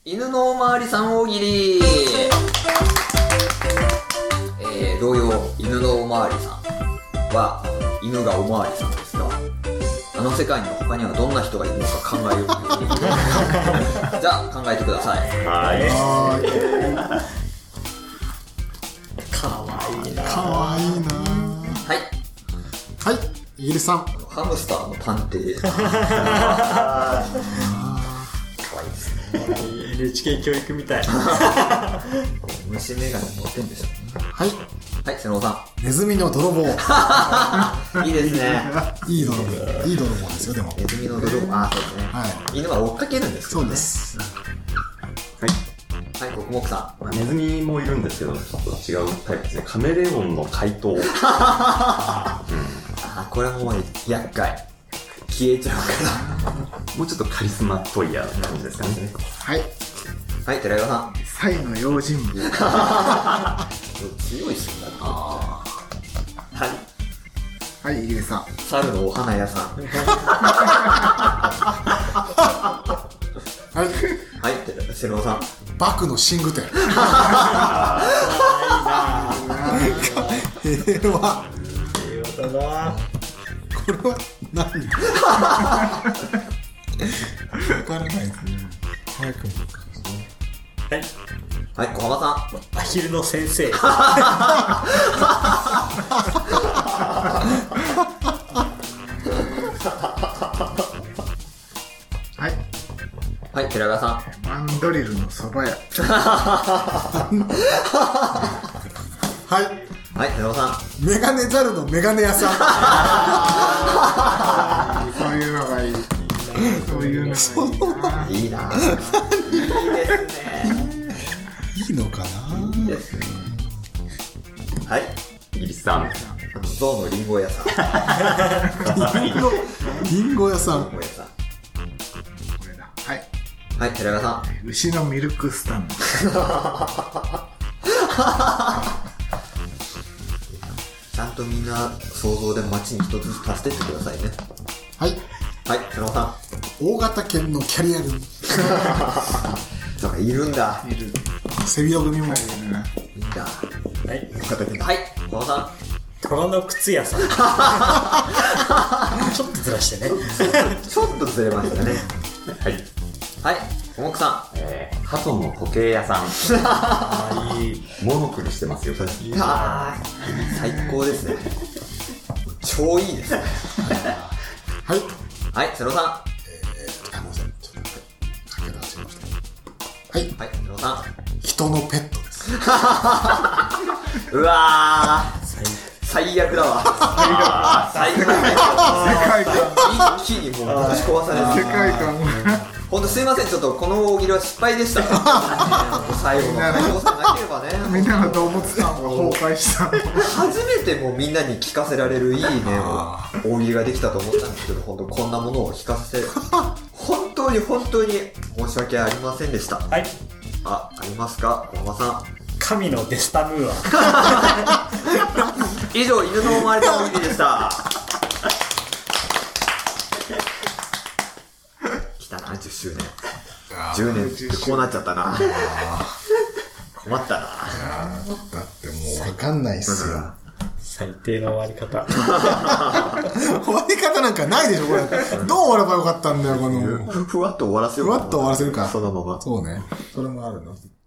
犬のおまわりさん大喜利。同様、犬のおまわりさんは犬がおまわりさんですが、あの世界には他にはどんな人がいるのか考えようということでじゃあ考えてください。 はい。 かわいいな。 かわいいな。 はい。 はい、イギリスさん。 ハムスターの探偵。かわいいですね。 NHK 教育みたい。 虫眼鏡持ってんでしょ。 はい。 はい、瀬野さネズミの泥棒。 ん。いいですね。 いい泥棒。いい泥棒ですよ、でも。 ネズミの泥棒。あ、そうですね。 はい。 犬は追っかけるんですけどね。 そうです。 はい、国木さん。 ネズミもいるんですけど、ちょっと違うタイプですね。カメレオンの怪盗。 あ、これはもう厄介。消えちゃうから。 もうちょっとカリスマっぽいや感じですかね。 はい。 はい、寺岩さん。 サイの用心棒。 強いっすね。はい。 はい、イギリスさん。 猿のお花屋さん。 はい。 はい、瀬野さん。 バクの寝具店。平和。 平和だな。 これは何？わからないですね。早くも。 はい。 はい、小浜さん。 アヒルの先生。 はい。 はい、寺川さん。 マンドリルの蕎麦屋。 はい。 はい、瀬野さん。 メガネザルのメガネ屋さん。 そういうのがいい。そういうのがいいな。 いいなぁ。いいですね。 いいのかな。 いいですね。はい、 イギリスさん。 象のリンゴ屋さん。 リンゴ屋さん。 リンゴ屋さん。 これだ。はい。 はい、寺川さん。 牛のミルクスタンド。 ちゃんとみんな想像で街に一つずつ足してってくださいね。 はい。 はい、瀬野さん。 大型犬のキャリアル。 なんかいるんだ。 いる。 背広組も。 いいんだ。 はい。 大型犬だ。はい、小野さん。 虎の靴屋さん。ちょっとずらしてね。 ちょっとずれましたね。 はい。 はい、小木さん。 鳩の時計屋さん。 いい。 モノクルしてますよ。 あー、最高ですね。超いいですね。 はい。 はい、瀬野さん。 あ、ごめんなさい。ちょっとかけ出しました。はい。 はい、瀬野さん。 人のペットです。 うわー、最悪だわ。最悪だ。 世界観。 一気にもうぶち壊されて世界観。 ほんとすいません、ちょっとこの大喜利は失敗でした。最後の最後さなければね。 みんなの動物感が崩壊した。 初めてもうみんなに聞かせられるいいね、大喜利ができたと思ったんですけど、本当こんなものを聞かせて、本当に申し訳ありませんでした。 はい。 ありますか、小浜さん。 神のデスタムーア。 以上、犬の生まれた大喜利でした。来たな、10周年。10年ってこうなっちゃったな。困ったな。 だってもうわかんないっすよ。 最低の終わり方。 終わり方なんかないでしょ、これ。どう終わればよかったんだよ、この。 ふわっと終わらせようかな。 ふわっと終わらせるか。 そのまま。 そうね。それもあるな。